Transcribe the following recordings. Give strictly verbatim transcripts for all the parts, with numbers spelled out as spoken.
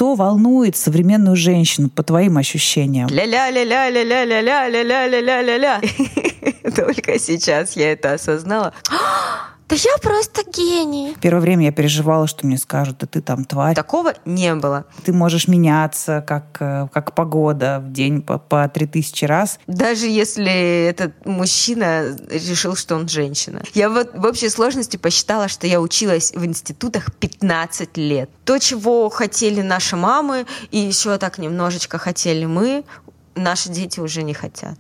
что волнует современную женщину, по твоим ощущениям? Ля-ля-ля-ля-ля-ля-ля-ля-ля-ля-ля-ля. Только сейчас я это осознала. Да я просто гений. Первое время я переживала, что мне скажут, да ты там тварь. Такого не было. Ты можешь меняться, как, как погода в день по, по три тысячи раз. Даже если этот мужчина решил, что он женщина. Я вот в общей сложности посчитала, что я училась в институтах пятнадцать лет. То, чего хотели наши мамы, и еще так немножечко хотели мы, наши дети уже не хотят.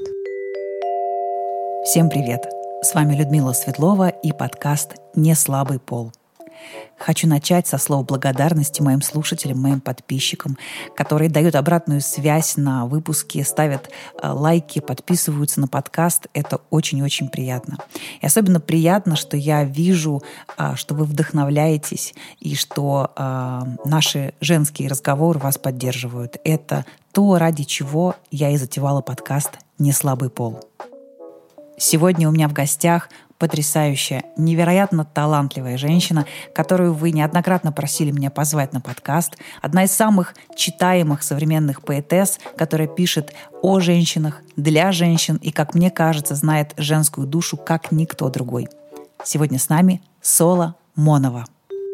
Всем привет! С вами Людмила Светлова и подкаст «Не слабый пол». Хочу начать со слов благодарности моим слушателям, моим подписчикам, которые дают обратную связь на выпуски, ставят лайки, подписываются на подкаст. Это очень-очень приятно. И особенно приятно, что я вижу, что вы вдохновляетесь и что наши женские разговоры вас поддерживают. Это то, ради чего я и затевала подкаст «Не слабый пол». Сегодня у меня в гостях потрясающая, невероятно талантливая женщина, которую вы неоднократно просили меня позвать на подкаст. Одна из самых читаемых современных поэтесс, которая пишет о женщинах, для женщин и, как мне кажется, знает женскую душу, как никто другой. Сегодня с нами Сола Монова.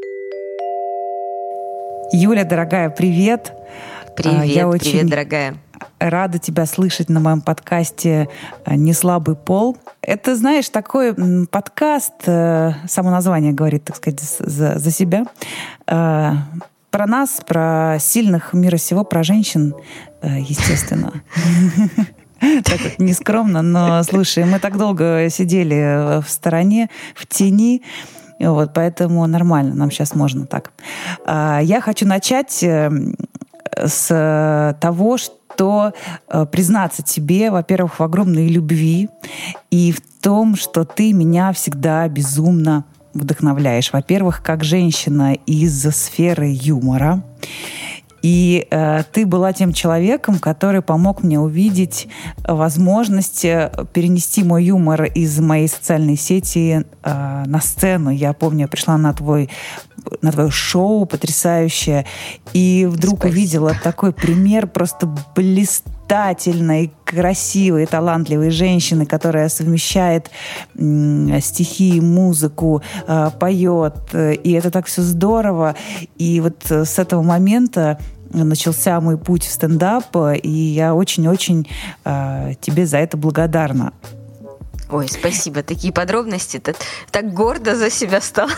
Юля, дорогая, привет! Привет, Я очень привет, дорогая. Рада тебя слышать на моем подкасте «Не слабый пол». Это, знаешь, такой подкаст, само название говорит, так сказать, за, за себя, про нас, про сильных мира сего, про женщин, естественно. Так вот, нескромно, но, слушай, мы так долго сидели в стороне, в тени, вот, поэтому нормально, нам сейчас можно так. Я хочу начать с того, что признаться тебе, во-первых, в огромной любви и в том, что ты меня всегда безумно вдохновляешь. Во-первых, как женщина из сферы юмора. И э, ты была тем человеком, который помог мне увидеть возможность перенести мой юмор из моей социальной сети э, на сцену. Я помню, я пришла на твой на твое шоу потрясающее, и вдруг Спасибо. Увидела такой пример просто блистательной, красивой, талантливой женщины, которая совмещает м, стихи и музыку, э, поет, и это так все здорово. И вот с этого момента начался мой путь в стендап, и я очень-очень э, тебе за это благодарна. Ой, спасибо. Такие подробности. Ты так гордо за себя стала.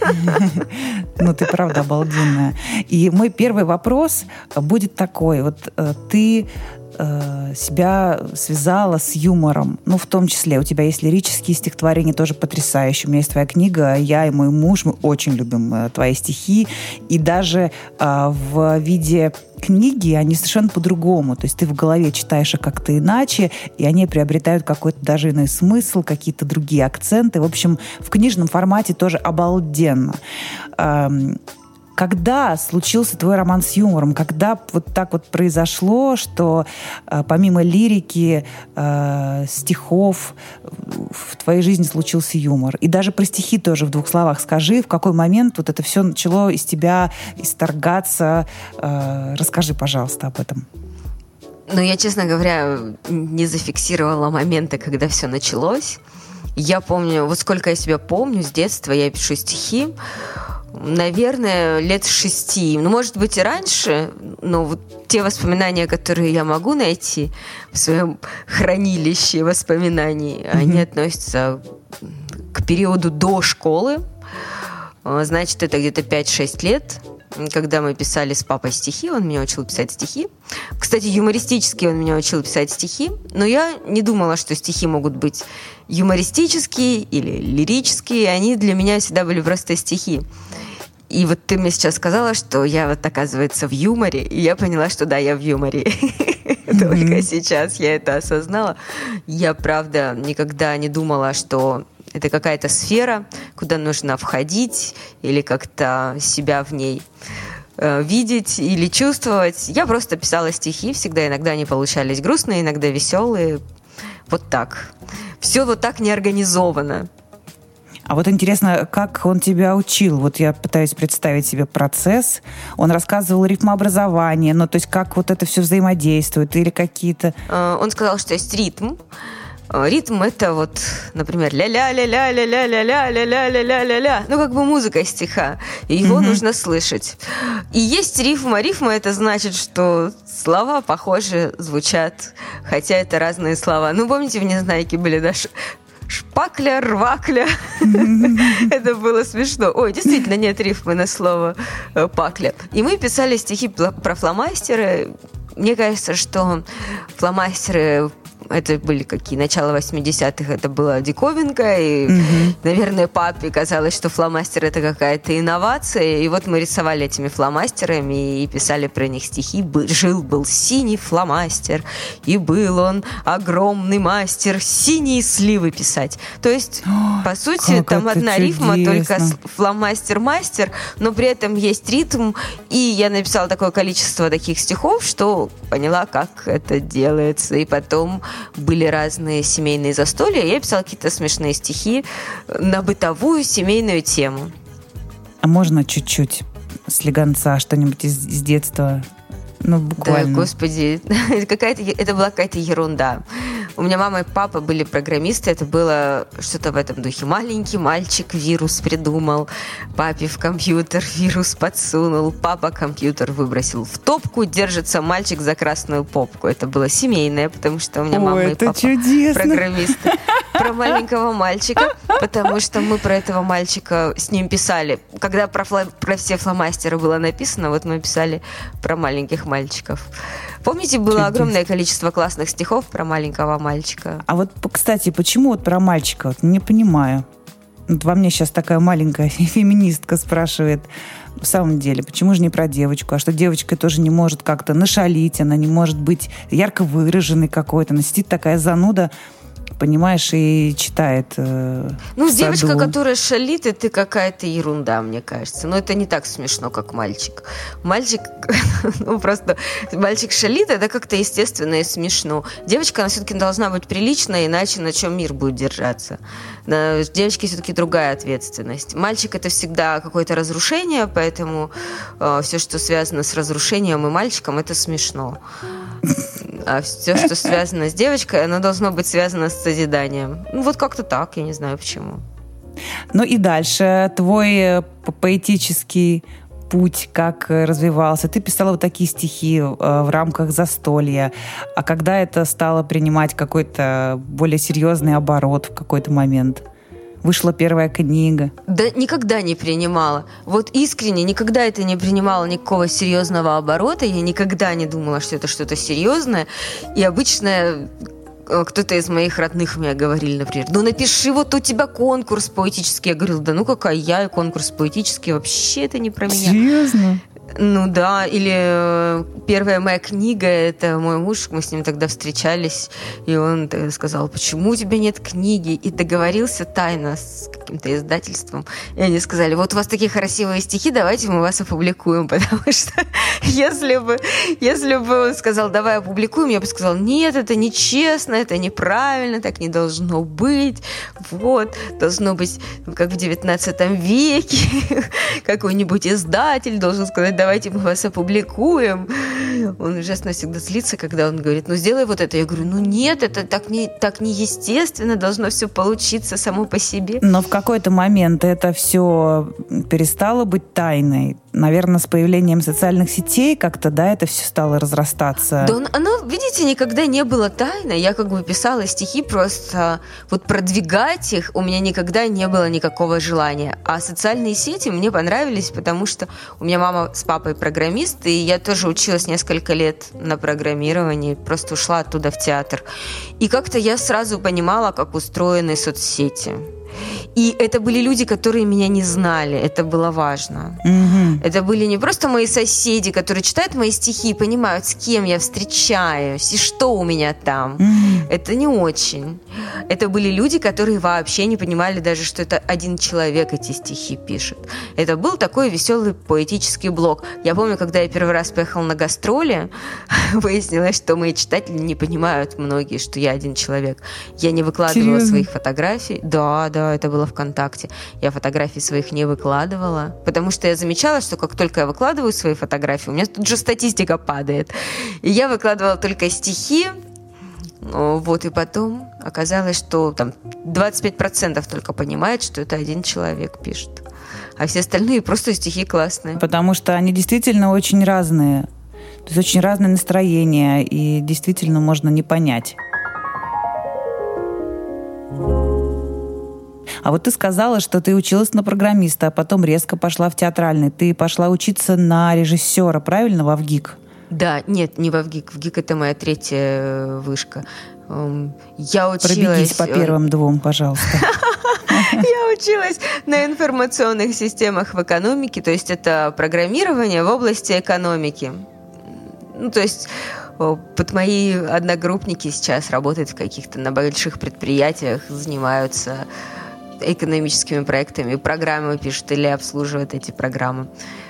Ну, ты правда обалденная. И мой первый вопрос будет такой. Вот ты себя связала с юмором, ну, в том числе у тебя есть лирические стихотворения, тоже потрясающие. У меня есть твоя книга «Я и мой муж», мы очень любим твои стихи, и даже э, в виде книги они совершенно по-другому, то есть ты в голове читаешь их как-то иначе, и они приобретают какой-то даже иной смысл, какие-то другие акценты. В общем, в книжном формате тоже обалденно. Эм, Когда случился твой роман с юмором? Когда вот так вот произошло, что э, помимо лирики, э, стихов, в твоей жизни случился юмор? И даже про стихи тоже в двух словах скажи, в какой момент вот это все начало из тебя исторгаться? Э, расскажи, пожалуйста, об этом. Ну, я, честно говоря, не зафиксировала моменты, когда все началось. Я помню, вот сколько я себя помню, с детства я пишу стихи. Наверное, лет шести. Ну, может быть, и раньше, но вот те воспоминания, которые я могу найти в своем хранилище воспоминаний, mm-hmm. они относятся к периоду до школы. Значит, это где-то пять-шесть лет, когда мы писали с папой стихи. Он меня учил писать стихи. Кстати, юмористически он меня учил писать стихи, но я не думала, что стихи могут быть юмористические или лирические. Они для меня всегда были просто стихи. И вот ты мне сейчас сказала, что я вот, оказывается, в юморе, и я поняла, что да, я в юморе. Только сейчас я это осознала. Я, правда, никогда не думала, что это какая-то сфера, куда нужно входить или как-то себя в ней э, видеть или чувствовать. Я просто писала стихи, всегда иногда они получались грустные, иногда веселые. Вот так. Все вот так неорганизовано. А вот интересно, как он тебя учил? Вот я пытаюсь представить себе процесс. Он рассказывал рифмообразование, ну, то есть как вот это все взаимодействует или какие-то... Он сказал, что есть ритм. Ритм — это вот, например, ля-ля-ля-ля-ля-ля-ля-ля-ля-ля-ля-ля-ля-ля. Ну, как бы музыка стиха. И его mm-hmm. нужно слышать. И есть рифма. Рифма — это значит, что слова похожи звучат, хотя это разные слова. Ну, помните, в «Незнайке» были, да, шпакля, рвакля. Это было смешно. Ой, действительно, нет рифмы на слово пакля. И мы писали стихи про фломастеры. Мне кажется, что фломастеры... Это были какие? Начало восьмидесятых, это была диковинка, и, mm-hmm. наверное, папе казалось, что фломастер — это какая-то инновация, и вот мы рисовали этими фломастерами и писали про них стихи. Жил-был синий фломастер, и был он огромный мастер синие сливы писать. То есть, oh, по сути, там одна чудесно. Рифма, только фломастер-мастер, но при этом есть ритм, и я написала такое количество таких стихов, что поняла, как это делается, и потом были разные семейные застолья, я писала какие-то смешные стихи на бытовую семейную тему. А можно чуть-чуть слегонца, что-нибудь из, из детства? Ну, буквально. Да, господи, какая-то, это была какая-то ерунда. У меня мама и папа были программисты, это было что-то в этом духе. Маленький мальчик вирус придумал, папе в компьютер вирус подсунул, папа компьютер выбросил в топку, держится мальчик за красную попку. Это было семейное, потому что у меня Ой, мама и папа чудесно. Программисты. Про маленького мальчика, потому что мы про этого мальчика с ним писали. Когда про, фло, про все фломастеры было написано, вот мы писали про маленьких мальчиков. Помните, было Чудесно. Огромное количество классных стихов про маленького мальчика. А вот, кстати, почему вот про мальчика? Вот не понимаю. Вот во мне сейчас такая маленькая феминистка спрашивает. В самом деле, почему же не про девочку? А что девочка тоже не может как-то нашалить, она не может быть ярко выраженной какой-то. Она сидит такая зануда, понимаешь, и читает э, Ну, девочка, которая шалит, это какая-то ерунда, мне кажется. Но это не так смешно, как мальчик. Мальчик, ну, просто мальчик шалит, это как-то естественно и смешно. Девочка, она все-таки должна быть приличная, иначе на чем мир будет держаться. На девочке все-таки другая ответственность. Мальчик — это всегда какое-то разрушение, поэтому э, все, что связано с разрушением и мальчиком, это смешно. А все, что связано с девочкой, оно должно быть связано с созиданием. Ну, вот как-то так, я не знаю почему. Ну и дальше твой поэтический путь как развивался? Ты писала вот такие стихи в рамках застолья. А когда это стало принимать какой-то более серьезный оборот в какой-то момент? Вышла первая книга. Да никогда не принимала. Вот искренне никогда это не принимала никакого серьезного оборота. Я никогда не думала, что это что-то серьезное. И обычно кто-то из моих родных мне говорили, например, ну напиши, вот у тебя конкурс поэтический. Я говорила, да ну какая я, конкурс поэтический, вообще это не про меня. Серьезно? Ну да, или первая моя книга, это мой муж, мы с ним тогда встречались, и он сказал, почему у тебя нет книги? И договорился тайно с каким-то издательством. И они сказали, вот у вас такие красивые стихи, давайте мы вас опубликуем, потому что если бы, если бы он сказал, давай опубликуем, я бы сказала, нет, это нечестно, это неправильно, так не должно быть, вот, должно быть, как в девятнадцатом веке, какой-нибудь издатель должен сказать, давайте мы вас опубликуем. Он ужасно всегда злится, когда он говорит, ну сделай вот это. Я говорю, ну нет, это так, не, так неестественно, должно все получиться само по себе. Но в какой-то момент это все перестало быть тайной. Наверное, с появлением социальных сетей как-то, да, это все стало разрастаться. Да, оно, видите, никогда не было тайной. Я как бы писала стихи, просто вот продвигать их у меня никогда не было никакого желания. А социальные сети мне понравились, потому что у меня мама с папой программисты, и я тоже училась несколько лет на программировании, просто ушла оттуда в театр. И как-то я сразу понимала, как устроены соцсети. И это были люди, которые меня не знали. Это было важно. Mm-hmm. Это были не просто мои соседи, которые читают мои стихи и понимают, с кем я встречаюсь и что у меня там. Mm-hmm. Это не очень. Это были люди, которые вообще не понимали даже, что это один человек эти стихи пишет. Это был такой веселый поэтический блог. Я помню, когда я первый раз поехала на гастроли, выяснилось, что мои читатели не понимают многие, что я один человек. Я не выкладывала Серьезно? Своих фотографий. Да, да. да, это было ВКонтакте. Я фотографий своих не выкладывала, потому что я замечала, что как только я выкладываю свои фотографии, у меня тут же статистика падает. И я выкладывала только стихи, вот, и потом оказалось, что там двадцать пять процентов только понимает, что это один человек пишет. А все остальные просто стихи классные. Потому что они действительно очень разные. То есть очень разное настроение, и действительно можно не понять. А вот ты сказала, что ты училась на программиста, а потом резко пошла в театральный. Ты пошла учиться на режиссера, правильно, во ВГИК? Да, нет, не во ВГИК. ВГИК — это моя третья вышка. Я училась... Пробегись по первым двум, пожалуйста. Я училась на информационных системах в экономике, то есть это программирование в области экономики. Ну, то есть вот мои одногруппники сейчас работают в каких-то на больших предприятиях, занимаются экономическими проектами, программы пишут или обслуживают эти программы.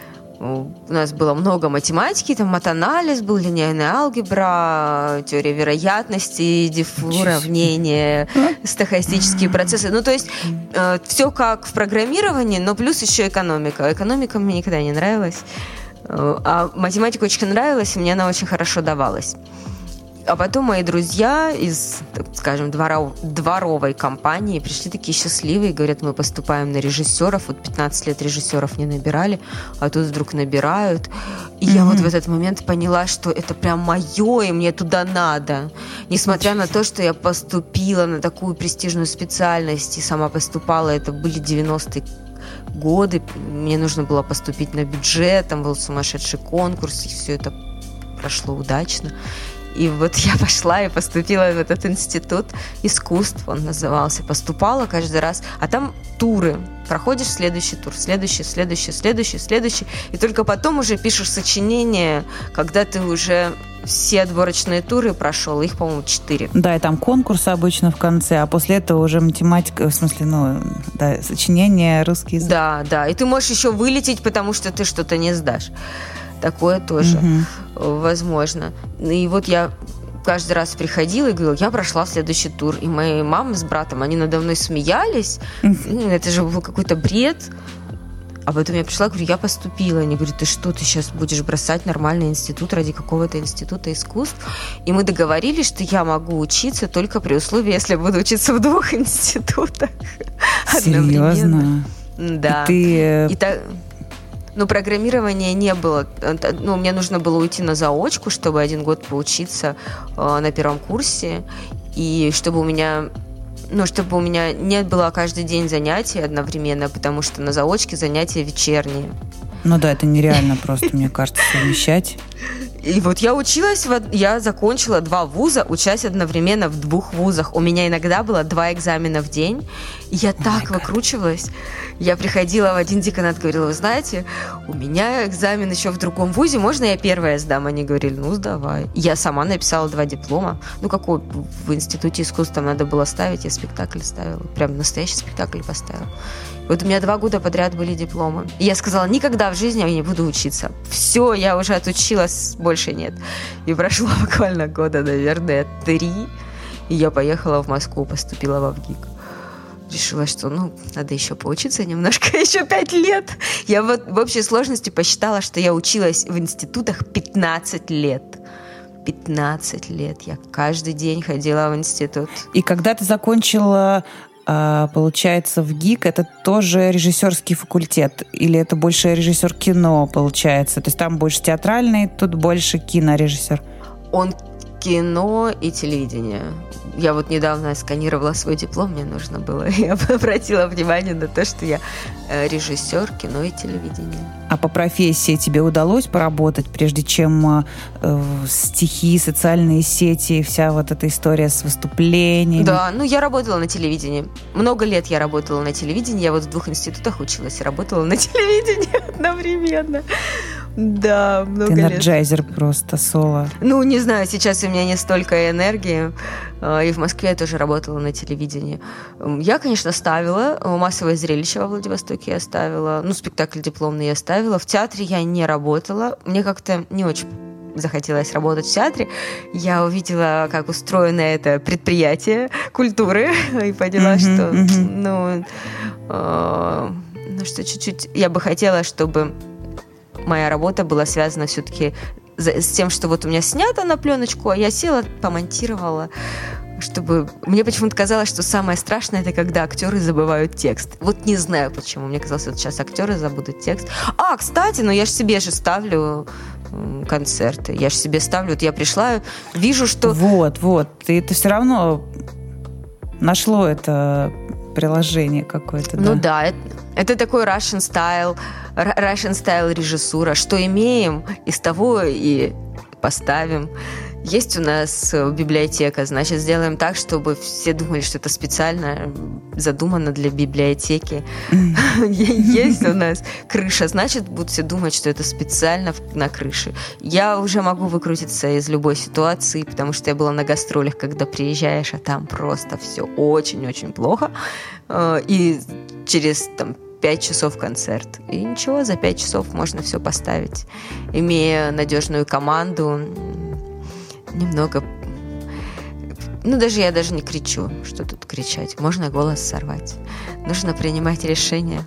У нас было много математики, там матанализ был, линейная алгебра, теория вероятности, диффу, уравнения, стохастические процессы. Ну, то есть э, все как в программировании, но плюс еще экономика. Экономика мне никогда не нравилась, э, а математика очень нравилась, и мне она очень хорошо давалась. А потом мои друзья из, так скажем, дворов, дворовой компании пришли такие счастливые, говорят, мы поступаем на режиссеров. Вот пятнадцать лет режиссеров не набирали, а тут вдруг набирают. И mm-hmm. я вот в этот момент поняла, что это прям мое, и мне туда надо. Несмотря на то, что я поступила на такую престижную специальность и сама поступала, это были девяностые годы, мне нужно было поступить на бюджет, там был сумасшедший конкурс, и все это прошло удачно. И вот я пошла и поступила в этот институт искусств, он назывался. Поступала каждый раз. А там туры. Проходишь следующий тур, следующий, следующий, следующий, следующий. И только потом уже пишешь сочинение, когда ты уже все отборочные туры прошел. Их, по-моему, четыре. Да, и там конкурс обычно в конце, а после этого уже математика, в смысле, ну, да, сочинение, русский язык. Да, да. И ты можешь еще вылететь, потому что ты что-то не сдашь. Такое тоже угу. возможно. И вот я каждый раз приходила и говорила, я прошла следующий тур. И мои мама с братом, они надо мной смеялись. Это же был какой-то бред. А потом я пришла, говорю, я поступила. Они говорят, ты что, ты сейчас будешь бросать нормальный институт ради какого-то института искусств? И мы договорились, что я могу учиться только при условии, если буду учиться в двух институтах одновременно. Серьезно? Да. И ты... И так... Ну, программирования не было. Ну, мне нужно было уйти на заочку, чтобы один год поучиться э, на первом курсе. И чтобы у меня... Ну, чтобы у меня не было каждый день занятий одновременно, потому что на заочке занятия вечерние. Ну да, это нереально просто, мне кажется, совмещать. И вот я училась, я закончила два вуза, учась одновременно в двух вузах. У меня иногда было два экзамена в день, и я oh так выкручивалась. Я приходила в один деканат, говорила, вы знаете, у меня экзамен еще в другом вузе, можно я первая сдам? Они говорили, ну, сдавай. Я сама написала два диплома. Ну, какой в институте искусств там надо было ставить, я спектакль ставила. Прям настоящий спектакль поставила. Вот у меня два года подряд были дипломы. И я сказала, никогда в жизни я не буду учиться. Все, я уже отучилась, больше нет. И прошло буквально года, наверное, три. И я поехала в Москву, поступила во ВГИК. Решила, что, ну, надо еще поучиться немножко, еще пять лет. Я вот в общей сложности посчитала, что я училась в институтах пятнадцать лет. пятнадцать лет. Я каждый день ходила в институт. И когда ты закончила... Получается, в ГИК это тоже режиссерский факультет? Или это больше режиссер кино, получается? То есть там больше театральный, тут больше кинорежиссер? Он кино и телевидение. Я вот недавно сканировала свой диплом, мне нужно было. Я обратила внимание на то, что я режиссер кино и телевидения. А по профессии тебе удалось поработать, прежде чем э, стихи, социальные сети, вся вот эта история с выступлениями? Да, ну я работала на телевидении. Много лет я работала на телевидении. Я вот в двух институтах училась и работала на телевидении одновременно. Да, много Ты лет. энерджайзер просто, соло. Ну, не знаю, сейчас у меня не столько энергии. И в Москве я тоже работала на телевидении. Я, конечно, ставила. Массовое зрелище во Владивостоке я ставила. Ну, спектакль дипломный я ставила. В театре я не работала. Мне как-то не очень захотелось работать в театре, я увидела, как устроено это предприятие культуры, и поняла, mm-hmm, что, mm-hmm. ну, э, ну, что чуть-чуть я бы хотела, чтобы моя работа была связана все-таки с тем, что вот у меня снято на пленочку, а я села, помонтировала, чтобы... Мне почему-то казалось, что самое страшное — это когда актеры забывают текст. Вот не знаю почему. Мне казалось, вот сейчас актеры забудут текст. А, кстати, ну я же себе же ставлю концерты. Я же себе ставлю... Вот я пришла, вижу, что... Вот, вот. И это все равно нашло это приложение какое-то, да? Ну да, это, это такой Russian style, Russian style режиссура. Что имеем, из того и поставим. Есть у нас библиотека, значит, сделаем так, чтобы все думали, что это специально задумано для библиотеки. Есть у нас крыша, значит, будут все думать, что это специально на крыше. Я уже могу выкрутиться из любой ситуации, потому что я была на гастролях, когда приезжаешь, а там просто все очень-очень плохо. И через там пять часов концерт. И ничего, за пять часов можно все поставить. Имея надежную команду, немного... Ну, даже я даже не кричу, что тут кричать. Можно голос сорвать. Нужно принимать решения.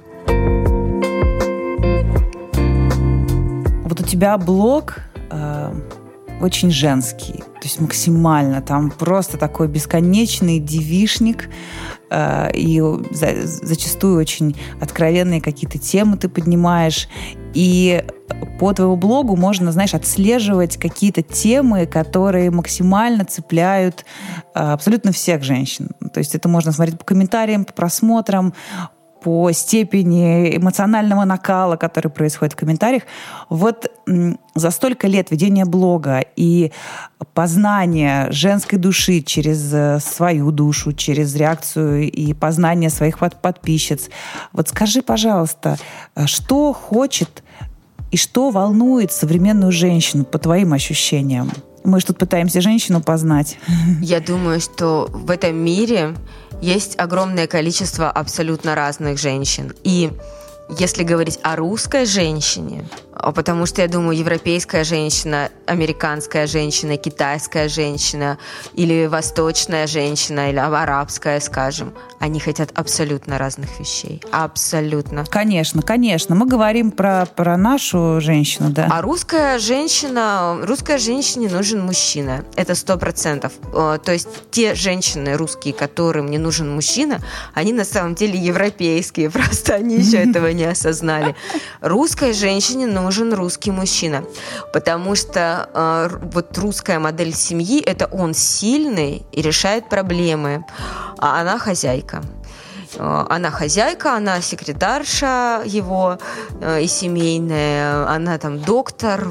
Вот у тебя блог э, очень женский. То есть максимально. Там просто такой бесконечный девичник. Э, и за, зачастую очень откровенные какие-то темы ты поднимаешь. И по твоему блогу можно, знаешь, отслеживать какие-то темы, которые максимально цепляют абсолютно всех женщин. То есть это можно смотреть по комментариям, по просмотрам, по степени эмоционального накала, который происходит в комментариях. Вот за столько лет ведения блога и познания женской души через свою душу, через реакцию и познание своих подписчиц. Вот скажи, пожалуйста, что хочет и что волнует современную женщину, по твоим ощущениям? Мы же тут пытаемся женщину познать. Я думаю, что в этом мире есть огромное количество абсолютно разных женщин. И если говорить о русской женщине, потому что, я думаю, европейская женщина, американская женщина, китайская женщина или восточная женщина, или арабская, скажем, они хотят абсолютно разных вещей. Абсолютно. Конечно, конечно. Мы говорим про, про нашу женщину, да. А русская женщина, русской женщине нужен мужчина. Это сто процентов. То есть те женщины русские, которым не нужен мужчина, они на самом деле европейские. Просто они еще этого не осознали. Русской женщине нужен русский мужчина, потому что э, вот русская модель семьи — это он сильный и решает проблемы, а она хозяйка. Она хозяйка, она секретарша его э, и семейная, она там доктор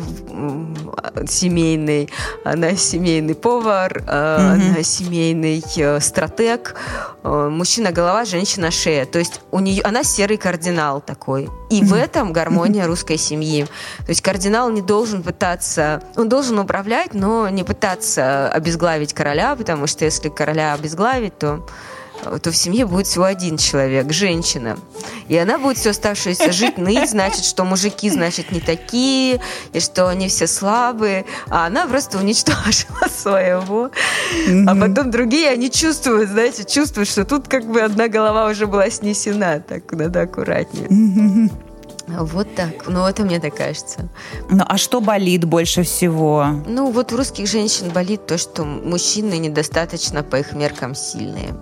э, семейный, она семейный повар, э, mm-hmm. она семейный э, стратег. Э, мужчина голова, женщина шея. То есть у нее, она серый кардинал такой. И mm-hmm. в этом гармония русской семьи. То есть кардинал не должен пытаться, он должен управлять, но не пытаться обезглавить короля, потому что если короля обезглавить, то то в семье будет всего один человек, женщина. И она будет всю оставшуюся жить, ныть, значит, что мужики, значит, не такие, и что они все слабые. А она просто уничтожила своего. Mm-hmm. А потом другие, они чувствуют, знаете, чувствуют, что тут как бы одна голова уже была снесена. Так, надо аккуратнее. Mm-hmm. Вот так. Ну, это мне так кажется. Ну, а что болит больше всего? Ну, вот у русских женщин болит то, что мужчины недостаточно по их меркам сильные.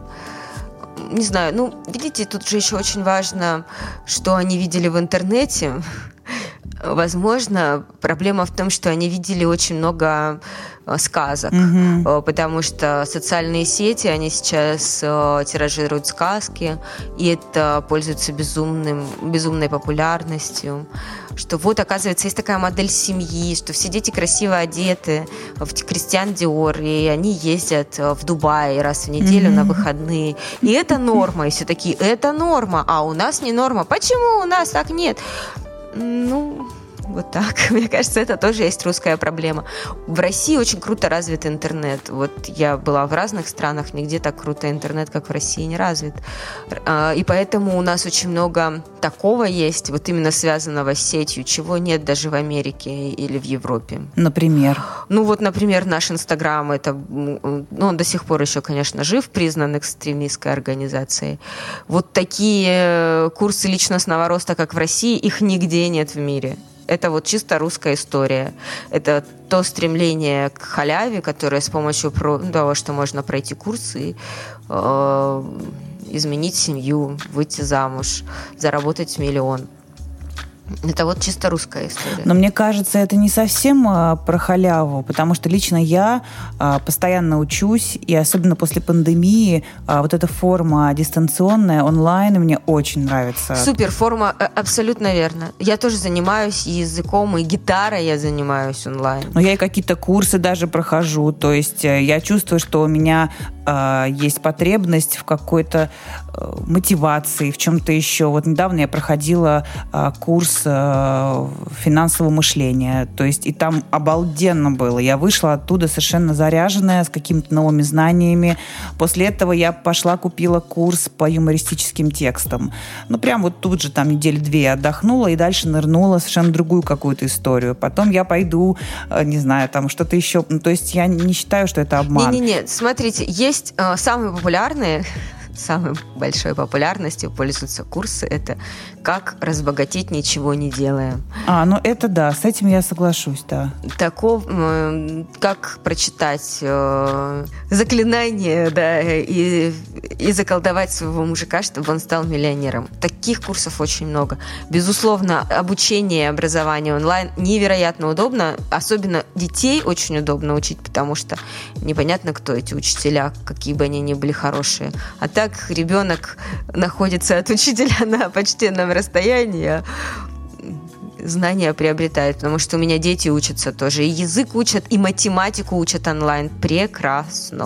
Не знаю, ну, видите, тут же еще очень важно, что они видели в интернете. Возможно, проблема в том, что они видели очень много сказок, mm-hmm. потому что социальные сети, они сейчас тиражируют сказки, и это пользуется безумным, безумной популярностью, что вот, оказывается, есть такая модель семьи, что все дети красиво одеты в Кристиан Диор, и они ездят в Дубай раз в неделю mm-hmm. на выходные, и это норма, и все такие, это норма, а у нас не норма. Почему у нас так нет? Ну... Вот так. Мне кажется, это тоже есть русская проблема. В России очень круто развит интернет. Вот я была в разных странах, нигде так круто интернет, как в России, не развит. И поэтому у нас очень много такого есть, вот именно связанного с сетью, чего нет даже в Америке или в Европе. Например? Ну вот, например, наш Инстаграм, это, ну, он до сих пор еще, конечно, жив, признан экстремистской организацией. Вот такие курсы личностного роста, как в России, их нигде нет в мире. Это вот чисто русская история. Это то стремление к халяве, которое с помощью того, что можно пройти курсы, э, изменить семью, выйти замуж, заработать миллион. Это вот чисто русская история. Но мне кажется, это не совсем а, про халяву, потому что лично я а, постоянно учусь, и особенно после пандемии а, вот эта форма дистанционная, онлайн, мне очень нравится. Супер, форма, абсолютно верно. Я тоже занимаюсь и языком, и гитарой я занимаюсь онлайн. Но я и какие-то курсы даже прохожу, то есть я чувствую, что у меня а, есть потребность в какой-то а, мотивации, в чем-то еще. Вот недавно я проходила а, курс финансового мышления. То есть и там обалденно было. Я вышла оттуда совершенно заряженная, с какими-то новыми знаниями. После этого я пошла, купила курс по юмористическим текстам. Ну, прям вот тут же там недели две я отдохнула и дальше нырнула в совершенно другую какую-то историю. Потом я пойду, не знаю, там что-то еще. Ну, то есть я не считаю, что это обман. Не-не-не, смотрите, есть э, самые популярные самой большой популярностью пользуются курсы. Это «Как разбогатеть, ничего не делая». А, ну это да, с этим я соглашусь, да. Таков, э, как прочитать э, заклинание, да, и, и заколдовать своего мужика, чтобы он стал миллионером. Таких курсов очень много. Безусловно, обучение, образование онлайн невероятно удобно. Особенно детей очень удобно учить, потому что непонятно, кто эти учителя, какие бы они ни были хорошие. А так ребенок находится от учителя на почтенном расстоянии, а знания приобретает, потому что у меня дети учатся тоже. И язык учат, и математику учат онлайн. Прекрасно.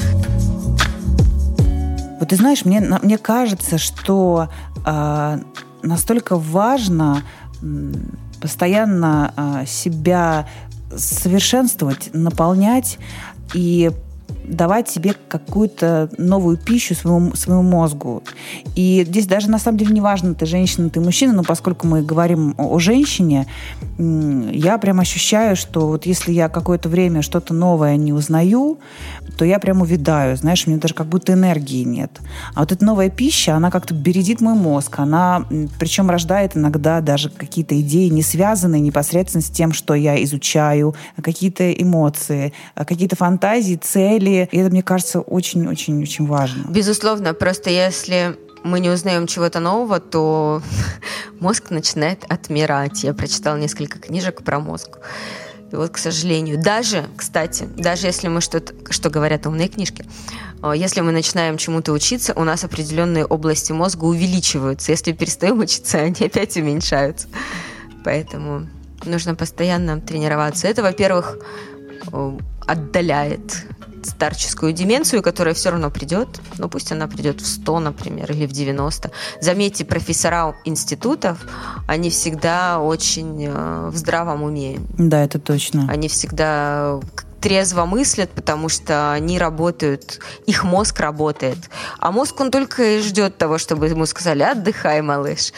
Вот ты знаешь, мне, мне кажется, что э, настолько важно э, постоянно э, себя совершенствовать, наполнять и давать себе какую-то новую пищу своему, своему мозгу. И здесь даже на самом деле не важно, ты женщина, ты мужчина, но поскольку мы говорим о, о женщине, я прям ощущаю, что вот если я какое-то время что-то новое не узнаю, то я прям увядаю, знаешь, у меня даже как будто энергии нет. А вот эта новая пища, она как-то бередит мой мозг, она причем рождает иногда даже какие-то идеи, не связанные непосредственно с тем, что я изучаю, какие-то эмоции, какие-то фантазии, цели. И это, мне кажется, очень-очень-очень важно. Безусловно, просто если мы не узнаем чего-то нового, то мозг начинает отмирать. Я прочитала несколько книжек про мозг. И вот, к сожалению, даже, кстати, даже если мы что-то, что говорят умные книжки, если мы начинаем чему-то учиться, у нас определенные области мозга увеличиваются. Если перестаем учиться, они опять уменьшаются. Поэтому нужно постоянно тренироваться. Это, во-первых, отдаляет старческую деменцию, которая все равно придет, но пусть она придет в сто, например, или в девяносто. Заметьте, профессора институтов, они всегда очень э, в здравом уме. Да, это точно. Они всегда трезво мыслят, потому что они работают, их мозг работает. А мозг, он только и ждет того, чтобы ему сказали: отдыхай, малыш.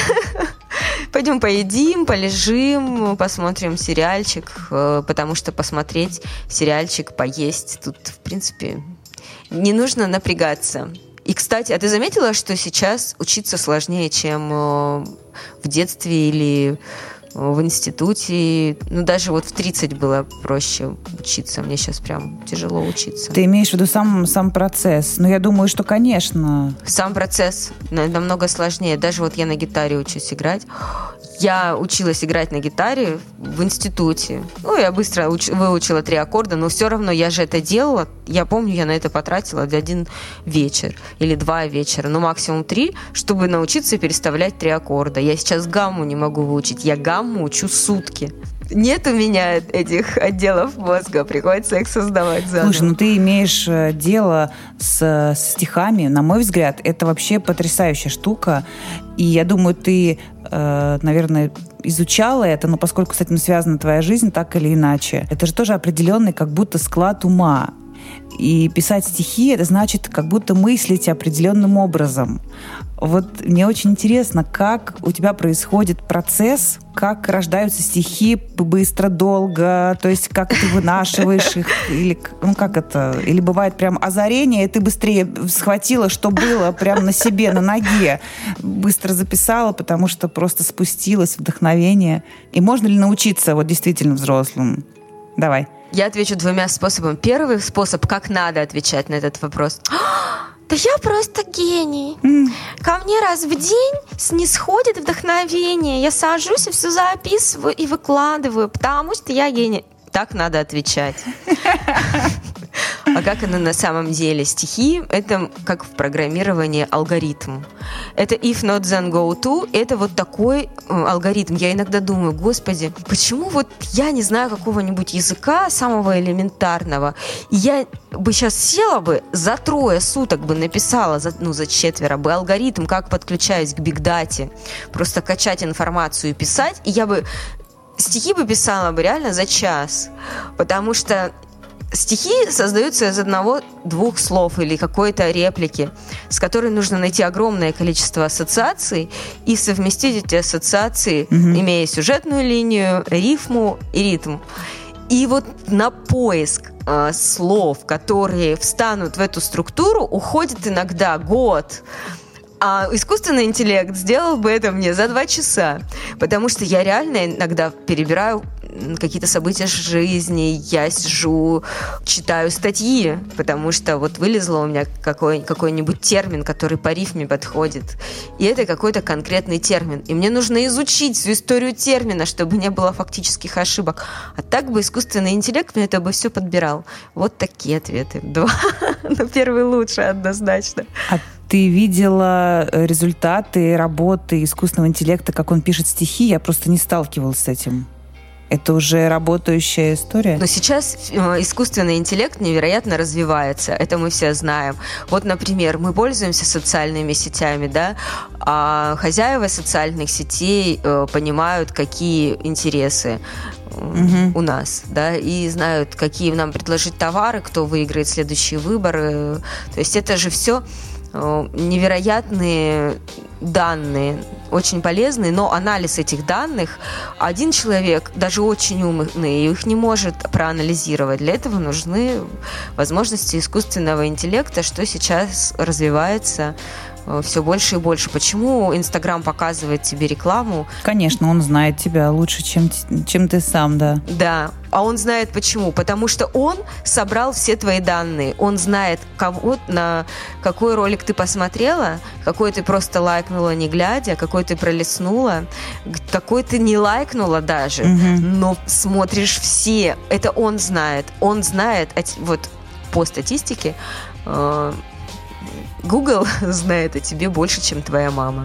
Пойдем поедим, полежим, посмотрим сериальчик, потому что посмотреть сериальчик, поесть, тут, в принципе, не нужно напрягаться. И, кстати, а ты заметила, что сейчас учиться сложнее, чем в детстве или в институте? Ну, даже вот в тридцать было проще учиться. Мне сейчас прям тяжело учиться. Ты имеешь в виду сам, сам процесс? Ну, я думаю, что, конечно. Сам процесс намного сложнее. Даже вот я на гитаре учусь играть. Я училась играть на гитаре в институте. Ну, я быстро уч- выучила три аккорда, но все равно я же это делала. Я помню, я на это потратила один вечер или два вечера, ну, максимум три, чтобы научиться переставлять три аккорда. Я сейчас гамму не могу выучить. Я гамму учу сутки. Нет у меня этих отделов мозга, приходится их создавать заново. Слушай, ну ты имеешь дело с стихами. На мой взгляд, это вообще потрясающая штука. И я думаю, ты наверное, изучала это, но поскольку с этим связана твоя жизнь, так или иначе, это же тоже определенный как будто склад ума. И писать стихи — это значит как будто мыслить определенным образом. Вот мне очень интересно, как у тебя происходит процесс, как рождаются стихи быстро, долго, то есть как ты вынашиваешь их, или, ну как это, или бывает прям озарение, и ты быстрее схватила, что было, прям на себе, на ноге, быстро записала, потому что просто спустилось вдохновение. И можно ли научиться вот действительно взрослым? Давай. Я отвечу двумя способами. Первый способ, как надо отвечать на этот вопрос. Да я просто гений. Mm. Ко мне раз в день снисходит вдохновение. Я сажусь и все записываю и выкладываю, потому что я гений. Так надо отвечать. А как оно на самом деле? Стихи — это как в программировании алгоритм. Это if not then go to, это вот такой э, алгоритм. Я иногда думаю, господи, почему вот я не знаю какого-нибудь языка самого элементарного, и я бы сейчас села бы, за трое суток бы написала, за, ну, за четверо бы алгоритм, как подключаюсь к бигдате, просто качать информацию и писать, и я бы стихи бы писала бы реально за час, потому что стихи создаются из одного-двух слов или какой-то реплики, с которой нужно найти огромное количество ассоциаций и совместить эти ассоциации, mm-hmm. имея сюжетную линию, рифму и ритм. И вот на поиск э, слов, которые встанут в эту структуру, уходит иногда год. А искусственный интеллект сделал бы это мне за два часа, потому что я реально иногда перебираю какие-то события жизни, я сижу, читаю статьи, потому что вот вылезло у меня какой, какой-нибудь термин, который по рифме подходит, и это какой-то конкретный термин, и мне нужно изучить всю историю термина, чтобы не было фактических ошибок, а так бы искусственный интеллект мне это бы все подбирал. Вот такие ответы. Два. Но первый лучше однозначно. Ты видела результаты работы искусственного интеллекта, как он пишет стихи? Я просто не сталкивалась с этим. Это уже работающая история? Но сейчас искусственный интеллект невероятно развивается. Это мы все знаем. Вот, например, мы пользуемся социальными сетями, да, а хозяева социальных сетей э, понимают, какие интересы Uh-huh. у нас, да, и знают, какие нам предложить товары, кто выиграет следующие выборы. То есть это же все невероятные данные, очень полезные, но анализ этих данных один человек, даже очень умный, их не может проанализировать. Для этого нужны возможности искусственного интеллекта, что сейчас развивается все больше и больше. Почему Инстаграм показывает тебе рекламу? Конечно, он знает тебя лучше, чем, чем ты сам, да. Да, а он знает почему? Потому что он собрал все твои данные. Он знает, кого, на какой ролик ты посмотрела, какой ты просто лайкнула, не глядя, какой ты пролистнула, какой ты не лайкнула даже, угу. но смотришь все. Это он знает. Он знает, вот по статистике, Google знает о тебе больше, чем твоя мама.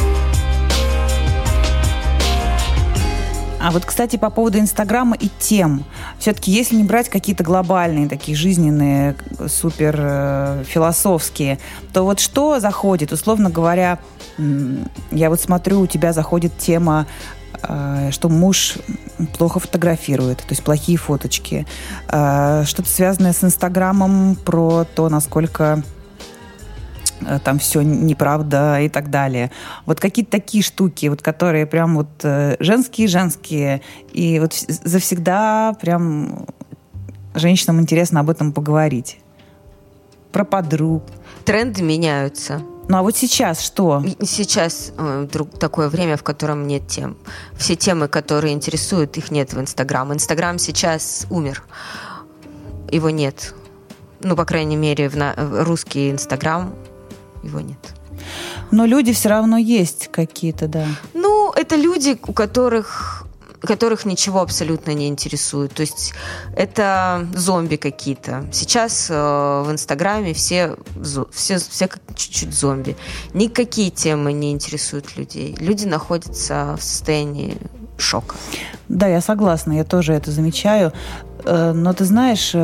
А вот, кстати, по поводу Инстаграма и тем. Все-таки, если не брать какие-то глобальные, такие жизненные, супер э, философские, то вот что заходит? Условно говоря, я вот смотрю, у тебя заходит тема, э, что муж плохо фотографирует, то есть плохие фоточки. Э, что-то связанное с Инстаграмом про то, насколько там все неправда и так далее. Вот какие-то такие штуки, вот, которые прям вот женские-женские, и вот завсегда прям женщинам интересно об этом поговорить. Про подруг. Тренды меняются. Ну а вот сейчас что? Сейчас э, друг, такое время, в котором нет тем. Все темы, которые интересуют, их нет в Инстаграм. Инстаграм сейчас умер. Его нет. Ну, по крайней мере, в, на, в русский Инстаграм его нет. Но люди все равно есть какие-то, да. Ну, это люди, у которых, которых ничего абсолютно не интересует. То есть это зомби какие-то. Сейчас э, в Инстаграме все, все, все как чуть-чуть зомби. Никакие темы не интересуют людей. Люди находятся в состоянии шока. Да, я согласна, я тоже это замечаю. Но ты знаешь...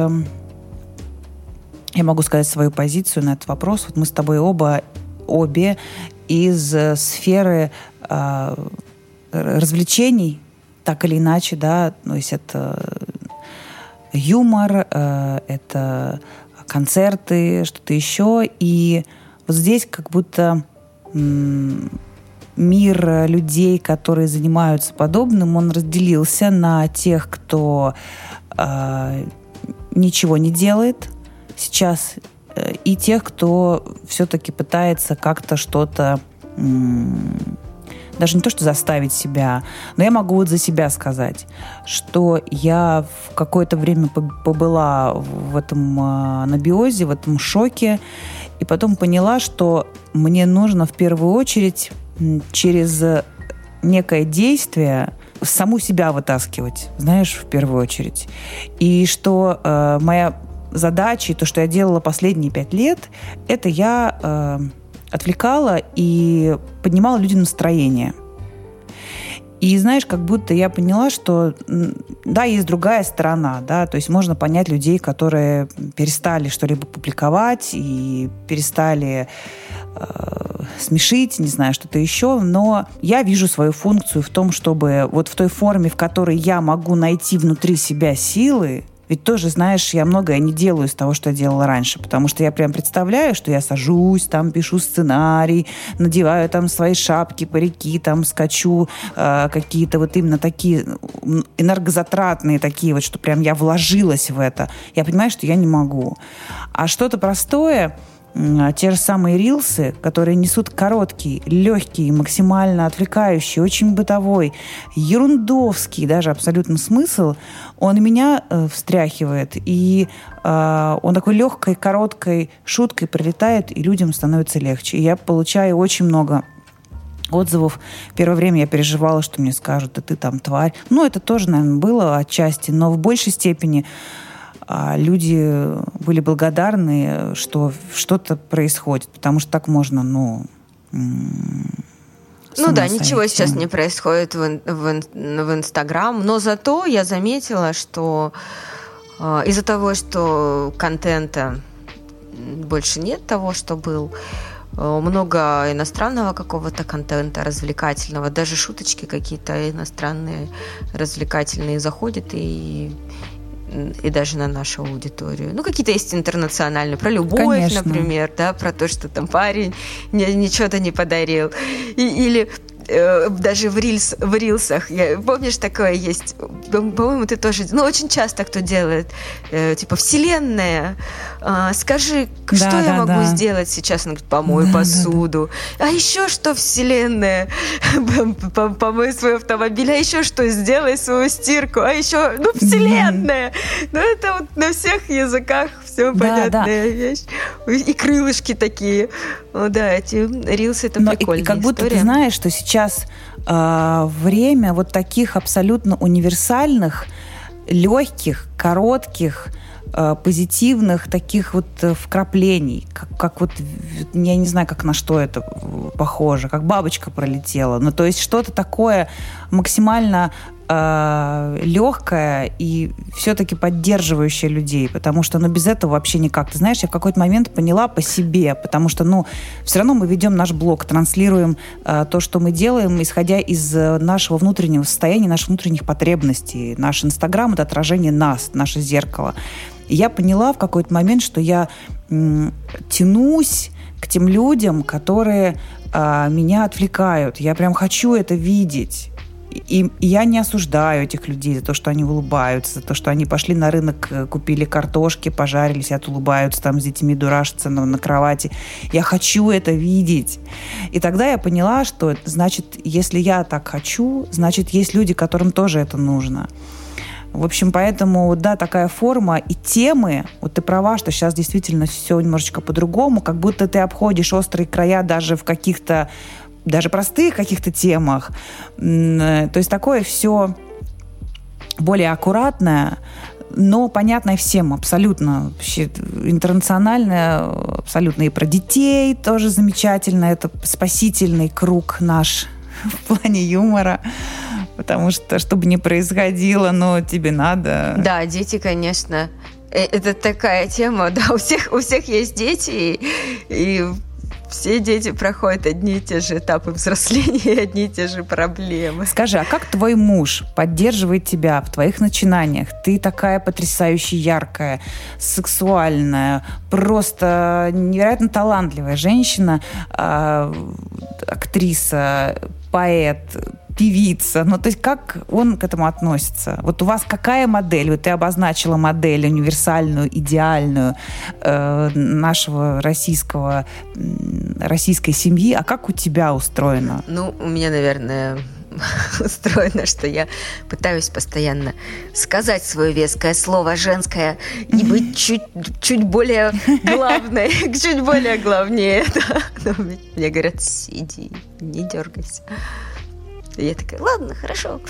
Я могу сказать свою позицию на этот вопрос. Вот мы с тобой оба, обе из сферы э, развлечений, так или иначе, да, то есть это юмор, это концерты, что-то еще. И вот здесь как будто мир людей, которые занимаются подобным, он разделился на тех, кто э, ничего не делает сейчас, э, и тех, кто все-таки пытается как-то что-то, э, даже не то, что заставить себя, но я могу вот за себя сказать, что я в какое-то время побыла в этом э, анабиозе, в этом шоке, и потом поняла, что мне нужно в первую очередь через некое действие саму себя вытаскивать, знаешь, в первую очередь. И что э, моя задача, и то, что я делала последние пять лет, это я э, отвлекала и поднимала людям настроение. И, знаешь, как будто я поняла, что, да, есть другая сторона, да, то есть можно понять людей, которые перестали что-либо публиковать и перестали э, смешить, не знаю, что-то еще, но я вижу свою функцию в том, чтобы вот в той форме, в которой я могу найти внутри себя силы. Ведь тоже, знаешь, я многое не делаю из того, что я делала раньше, потому что я прям представляю, что я сажусь, там пишу сценарий, надеваю там свои шапки, парики, там скачу э, какие-то вот именно такие энергозатратные такие вот, что прям я вложилась в это. Я понимаю, что я не могу. А что-то простое, те же самые рилсы, которые несут короткий, легкий, максимально отвлекающий, очень бытовой, ерундовский даже абсолютно смысл, он меня э, встряхивает, и э, он такой легкой, короткой шуткой прилетает, и людям становится легче. И я получаю очень много отзывов. Первое время я переживала, что мне скажут, да ты там тварь. Ну, это тоже, наверное, было отчасти, но в большей степени люди были благодарны, что что-то происходит, потому что так можно, ну... Ну да, ничего сейчас не происходит в, в, в Инстаграм, но зато я заметила, что э, из-за того, что контента больше нет того, что был, э, много иностранного какого-то контента, развлекательного, даже шуточки какие-то иностранные, развлекательные заходят и... и даже на нашу аудиторию. Ну, какие-то есть интернациональные. Про любовь, конечно, например, да, про то, что там парень ничего-то не подарил. И, или э, даже в, рилс, в рилсах. Я, помнишь, такое есть? По-моему, ты тоже... Ну, очень часто кто делает. Э, типа, вселенная, э, скажи, да, что да, я могу да. сделать сейчас? Она говорит, помой да, посуду. Да, да. А еще что, вселенная? Помой свой автомобиль. А еще что, сделай свою стирку. А еще, ну, вселенная. Ну, это вот на всех языках все да, понятная да. вещь. И крылышки такие. О, да, эти рилсы, это но прикольная и, и как будто история. Ты знаешь, что сейчас э, время вот таких абсолютно универсальных, легких, коротких, э, позитивных таких вот вкраплений, как, как вот, я не знаю, как на что это похоже, как бабочка пролетела. Ну, то есть что-то такое максимально э, легкое и все-таки поддерживающее людей, потому что, ну, без этого вообще никак. Ты знаешь, я в какой-то момент поняла по себе, потому что, ну, все равно мы ведем наш блог, транслируем э, то, что мы делаем, исходя из нашего внутреннего состояния, наших внутренних потребностей. Наш Инстаграм — это отражение нас, наше зеркало. И я поняла в какой-то момент, что я м, тянусь к тем людям, которые э, меня отвлекают. Я прям хочу это видеть. И, и я не осуждаю этих людей за то, что они улыбаются, за то, что они пошли на рынок, купили картошки, пожарили, сидят, улыбаются, там с детьми дурашатся на, на кровати. Я хочу это видеть. И тогда я поняла, что, значит, если я так хочу, значит, есть люди, которым тоже это нужно. В общем, поэтому, да, такая форма и темы, вот ты права, что сейчас действительно все немножечко по-другому, как будто ты обходишь острые края даже в каких-то, даже простых каких-то темах. То есть такое все более аккуратное, но понятное всем абсолютно. Вообще интернациональное, абсолютно и про детей тоже замечательно. Это спасительный круг наш в плане юмора. Потому что, что бы ни происходило, но тебе надо... Да, дети, конечно. Это такая тема, да, у всех, у всех есть дети, и, и все дети проходят одни и те же этапы взросления и одни и те же проблемы. Скажи, а как твой муж поддерживает тебя в твоих начинаниях? Ты такая потрясающе яркая, сексуальная, просто невероятно талантливая женщина, актриса, поэт, певица. Ну, то есть как он к этому относится? Вот у вас какая модель? Вот ты обозначила модель универсальную, идеальную э, нашего российского, российской семьи. А как у тебя устроено? Ну, у меня, наверное, устроено, что я пытаюсь постоянно сказать свое веское слово женское и быть чуть, чуть более главной, чуть более главнее. Да. Мне говорят, сиди, не дергайся. И я такая, ладно, хорошо.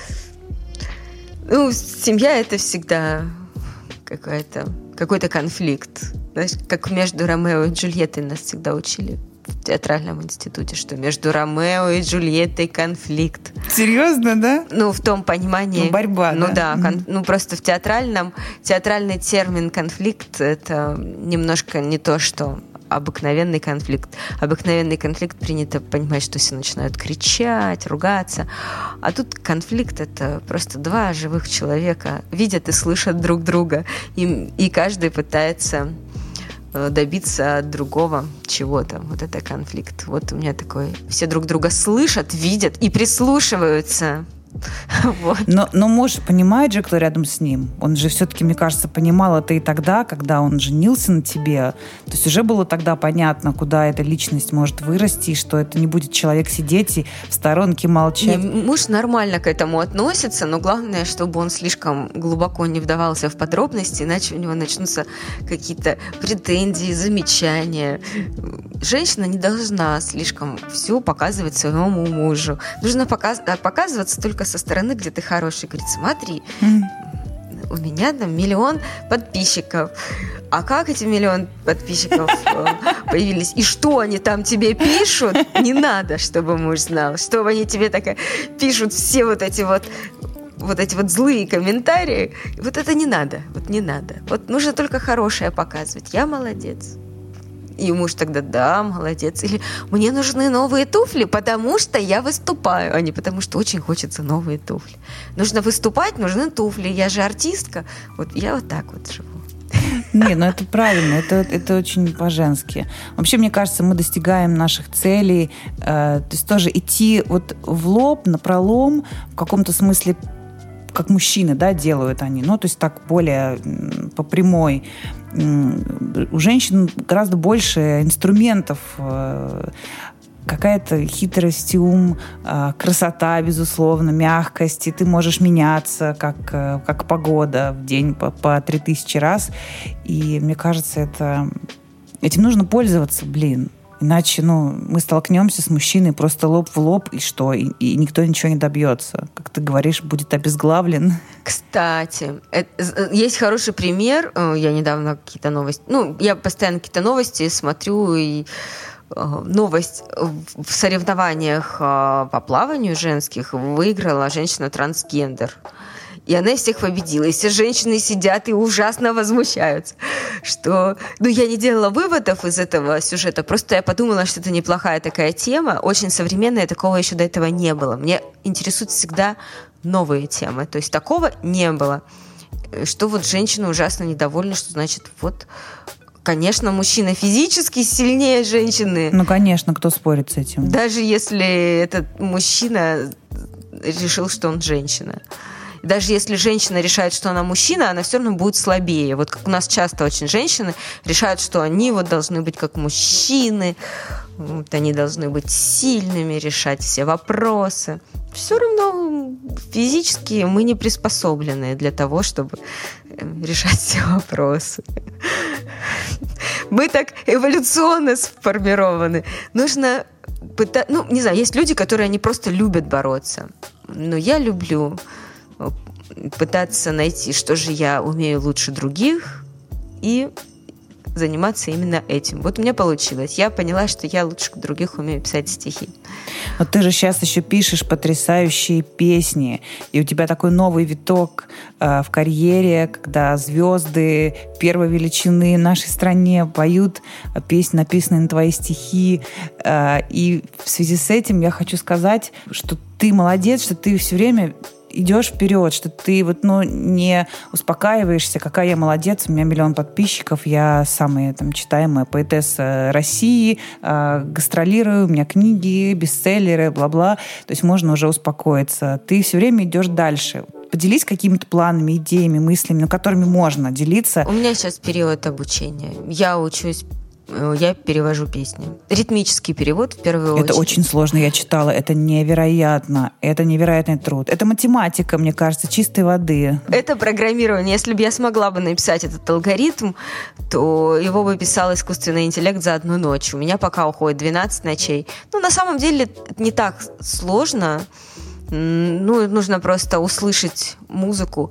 Ну, семья — это всегда какая-то, какой-то конфликт. Знаешь, как между Ромео и Джульеттой нас всегда учили в театральном институте, что между Ромео и Джульеттой конфликт. Серьезно, да? Ну, в том понимании... Ну, борьба, ну, да. да, кон, ну, просто в театральном... Театральный термин «конфликт» — это немножко не то, что... обыкновенный конфликт. Обыкновенный конфликт принято понимать, что все начинают кричать, ругаться. А тут конфликт — это просто два живых человека видят и слышат друг друга. И, и каждый пытается добиться от другого чего-то. Вот это конфликт. Вот у меня такой. Все друг друга слышат, видят и прислушиваются. Вот. Но, но муж понимает же, кто рядом с ним. Он же все-таки, мне кажется, понимал это и тогда, когда он женился на тебе. То есть уже было тогда понятно, куда эта личность может вырасти, и что это не будет человек сидеть и в сторонке молчать. Не, муж нормально к этому относится, но главное, чтобы он слишком глубоко не вдавался в подробности, иначе у него начнутся какие-то претензии, замечания. Женщина не должна слишком все показывать своему мужу. Нужно показ- показываться только со стороны, где ты хороший. Говорит, смотри, mm. у меня там миллион подписчиков. А как эти миллион подписчиков появились? И что они там тебе пишут? Не надо, чтобы муж знал. Что они тебе так пишут все вот эти вот вот эти вот злые комментарии. Вот это не надо. Вот не надо. Вот нужно только хорошее показывать. Я молодец. И муж тогда, да, молодец. Или мне нужны новые туфли, потому что я выступаю, а не потому что очень хочется новые туфли. Нужно выступать, нужны туфли. Я же артистка. Вот я вот так вот живу. Не, ну это правильно, это, это очень по-женски. Вообще, мне кажется, мы достигаем наших целей. Э, то есть тоже идти вот в лоб, напролом, в каком-то смысле, как мужчины, да, делают они. Ну, то есть так более по прямой. У женщин гораздо больше инструментов, какая-то хитрость, ум, красота, безусловно, мягкость, и ты можешь меняться, как, как погода в день по, по три тысячи раз. И мне кажется, это, этим нужно пользоваться, блин. Иначе, ну, мы столкнемся с мужчиной просто лоб в лоб, и что? И, и никто ничего не добьется. Как ты говоришь, будет обезглавлен. Кстати, это, есть хороший пример. Я недавно какие-то новости... Ну, я постоянно какие-то новости смотрю, и новость в соревнованиях по плаванию женских выиграла женщина-трансгендер. И она всех победила. И все женщины сидят и ужасно возмущаются. Что... Ну, я не делала выводов из этого сюжета. Просто я подумала, что это неплохая такая тема. Очень современная. Такого еще до этого не было. Мне интересуют всегда новые темы. То есть такого не было. Что вот женщины ужасно недовольны, что значит вот... Конечно, мужчина физически сильнее женщины. Ну, конечно, кто спорит с этим? Даже если этот мужчина решил, что он женщина. Даже если женщина решает, что она мужчина, она все равно будет слабее. Вот как у нас часто очень женщины решают, что они вот должны быть как мужчины, вот они должны быть сильными, решать все вопросы. Все равно физически мы не приспособлены для того, чтобы решать все вопросы. Мы так эволюционно сформированы. Нужно пытаться... Ну, не знаю, есть люди, которые они просто любят бороться. Но я люблю пытаться найти, что же я умею лучше других, и заниматься именно этим. Вот у меня получилось. Я поняла, что я лучше других умею писать стихи. Но ты же сейчас еще пишешь потрясающие песни, и у тебя такой новый виток э, в карьере, когда звезды первой величины в нашей стране поют песни, написанные на твои стихи. Э, и в связи с этим я хочу сказать, что ты молодец, что ты все время идешь вперед, что ты вот, ну, не успокаиваешься, какая я молодец, у меня миллион подписчиков, я самая там читаемая поэтесса России, э, гастролирую, у меня книги, бестселлеры, бла-бла. То есть можно уже успокоиться. Ты все время идешь дальше. Поделись какими-то планами, идеями, мыслями, ну, которыми можно делиться. У меня сейчас период обучения. Я учусь Я перевожу песни. Ритмический перевод в первую очередь. Это очень сложно, я читала. Это невероятно. Это невероятный труд. Это математика, мне кажется, чистой воды. Это программирование. Если бы я смогла бы написать этот алгоритм, то его бы писал искусственный интеллект за одну ночь. У меня пока уходит двенадцать ночей. Ну, на самом деле, это не так сложно. Ну, нужно просто услышать музыку,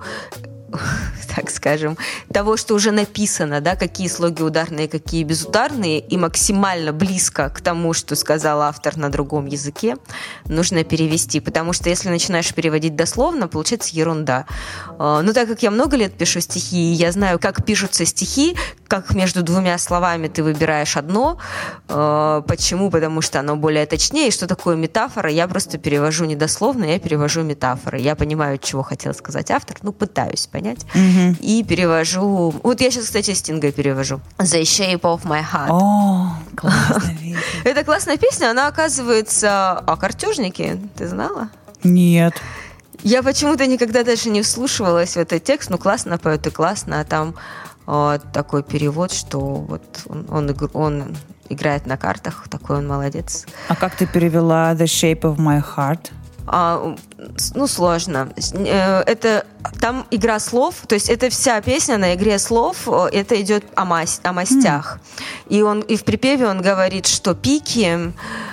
так скажем, того, что уже написано, да, какие слоги ударные, какие безударные, и максимально близко к тому, что сказал автор на другом языке, нужно перевести, потому что если начинаешь переводить дословно, получается ерунда. Но так как я много лет пишу стихи, и я знаю, как пишутся стихи, как между двумя словами ты выбираешь одно, почему? Потому что оно более точнее, и что такое метафора, я просто перевожу не дословно, я перевожу метафоры. Я понимаю, чего хотел сказать автор, ну, пытаюсь понять. Mm-hmm. И перевожу... Вот я сейчас, кстати, Стинга перевожу. The Shape of My Heart. О, классная песня. Это классная песня, она, оказывается, о картежнике. Ты знала? Нет. Я почему-то никогда даже не вслушивалась в этот текст. Ну, классно поет и классно, а там о, такой перевод, что вот он, он, он играет на картах, такой он молодец. А как ты перевела The Shape of My Heart? А, ну, сложно. Это там игра слов, то есть это вся песня на игре слов, это идет о, масть, о мастях. Mm. И, он, и в припеве он говорит, что пики,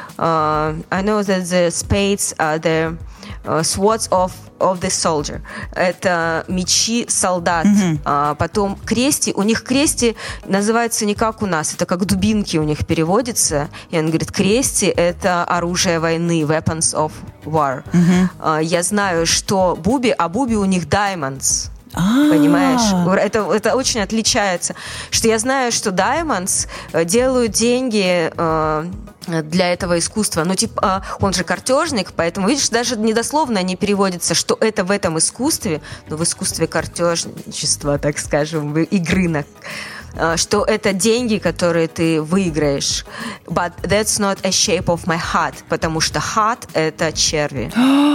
uh, I know that the spades are the uh, swords of of the soldier. Это мечи солдат. Mm-hmm. А, потом крести. У них крести называется не как у нас. Это как дубинки у них переводится. И он говорит, крести — это оружие войны. Weapons of war. Mm-hmm. А, я знаю, что буби, а буби у них diamonds. А-а-а. Понимаешь? Это, это очень отличается. Что я знаю, что diamonds делают деньги э, для этого искусства. Ну, типа, он же картежник, поэтому, видишь, даже недословно не переводится, что это в этом искусстве, но в искусстве картежничества, так скажем, игры на... что это деньги, которые ты выиграешь. But that's not a shape of my heart, потому что heart — это черви.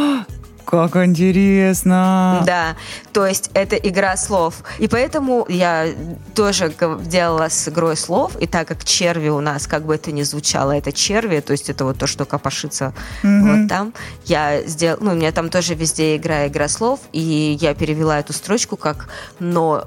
Как интересно! Да, то есть это игра слов. И поэтому я тоже делала с игрой слов, и так как черви у нас, как бы это ни звучало, это черви, то есть это вот то, что копошится mm-hmm. вот там, я сделала, ну, у меня там тоже везде игра, игра слов, и я перевела эту строчку как «но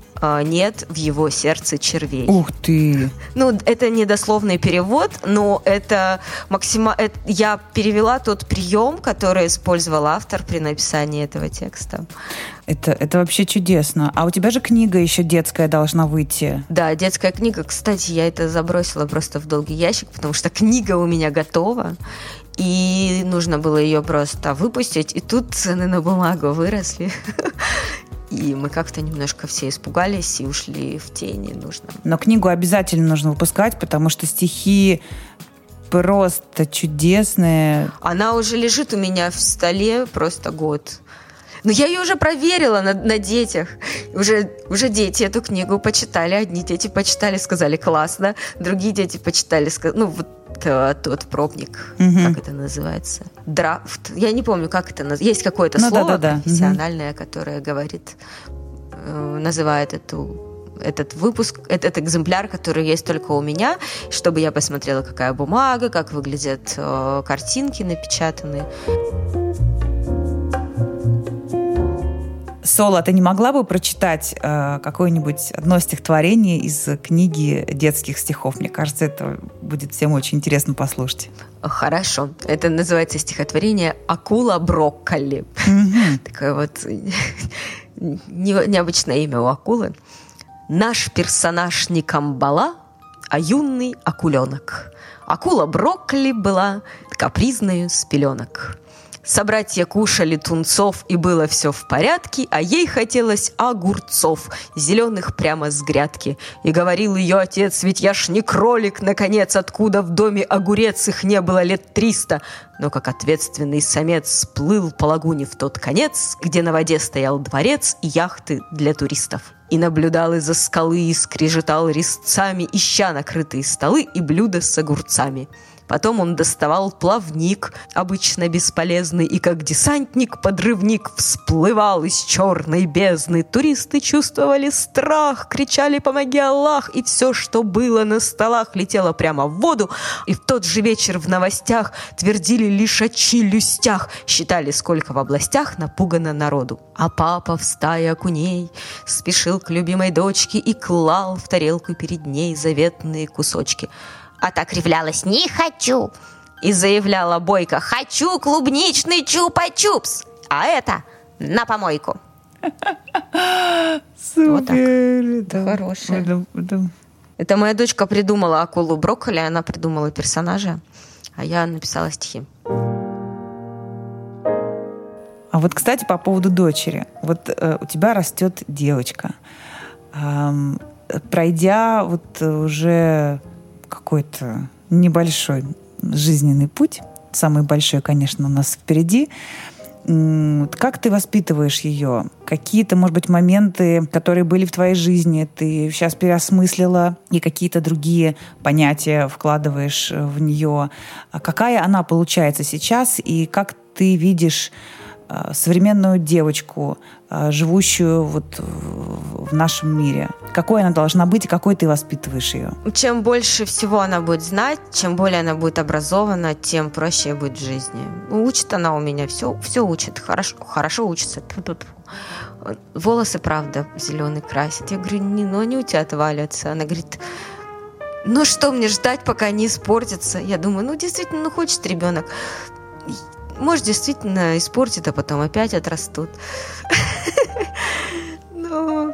нет в его сердце червей». Ух ты! Ну, это не дословный перевод, но это максима... это... я перевела тот прием, который использовал автор при написании этого текста. Это, это вообще чудесно. А у тебя же книга еще детская должна выйти. Да, детская книга. Кстати, я это забросила просто в долгий ящик, потому что книга у меня готова, и нужно было ее просто выпустить, и тут цены на бумагу выросли. И мы как-то немножко все испугались и ушли в тени. Нужно. Но книгу обязательно нужно выпускать, потому что стихи просто чудесные. Она уже лежит у меня в столе просто год. Но я ее уже проверила на, на детях. Уже, уже дети эту книгу почитали. Одни дети почитали, сказали классно. Другие дети почитали, сказали... Ну, вот тот пробник, mm-hmm. как это называется? Драфт. Я не помню, как это называется. Есть какое-то ну, слово да, да, профессиональное, mm-hmm. которое говорит, э, называет эту, этот выпуск, этот экземпляр, который есть только у меня, чтобы я посмотрела, какая бумага, как выглядят э, картинки напечатанные. Соло, ты не могла бы прочитать э, какое-нибудь одно стихотворение из книги детских стихов? Мне кажется, это будет всем очень интересно послушать. Хорошо. Это называется стихотворение «Акула брокколи». Mm-hmm. Такое вот необычное имя у акулы. Наш персонаж не камбала, а юный акуленок. Акула брокколи была капризною с пеленок. Собратья кушали тунцов, и было все в порядке, а ей хотелось огурцов, зеленых прямо с грядки. И говорил ее отец: ведь я ж не кролик, наконец, откуда в доме огурец, их не было лет триста. Но как ответственный самец сплыл по лагуне в тот конец, где на воде стоял дворец и яхты для туристов. И наблюдал из-за скалы, и скрежетал резцами, ища накрытые столы и блюда с огурцами. Потом он доставал плавник, обычно бесполезный, и как десантник-подрывник всплывал из черной бездны. Туристы чувствовали страх, кричали «Помоги, Аллах!» И все, что было на столах, летело прямо в воду. И в тот же вечер в новостях твердили лишь о челюстях, считали, сколько в областях напугано народу. А папа в стае окуней спешил к любимой дочке и клал в тарелку перед ней заветные кусочки. А так кривлялась «Не хочу!» и заявляла бойко «Хочу клубничный чупа-чупс, а это на помойку». Супер! Вот так. Да. Хорошая. Да, да. Это моя дочка придумала акулу брокколи, она придумала персонажа, а я написала стихи. А вот, кстати, по поводу дочери. Вот э, у тебя растет девочка. Эм, пройдя вот уже какой-то небольшой жизненный путь, самый большой, конечно, у нас впереди. Как ты воспитываешь ее? Какие-то, может быть, моменты, которые были в твоей жизни, ты сейчас переосмыслила и какие-то другие понятия вкладываешь в нее? Какая она получается сейчас и как ты видишь современную девочку, живущую вот в нашем мире? Какой она должна быть и какой ты воспитываешь ее? Чем больше всего она будет знать, чем более она будет образована, тем проще ей будет в жизни. Учит она у меня все, все учит, хорошо, хорошо учится. Тьфу-тьфу-тьфу. Волосы, правда, зеленый красит. Я говорю, не, ну они у тебя отвалятся. Она говорит, ну что мне ждать, пока они испортятся? Я думаю, ну действительно, ну хочет ребенок. Может, действительно испортит, а потом опять отрастут. Но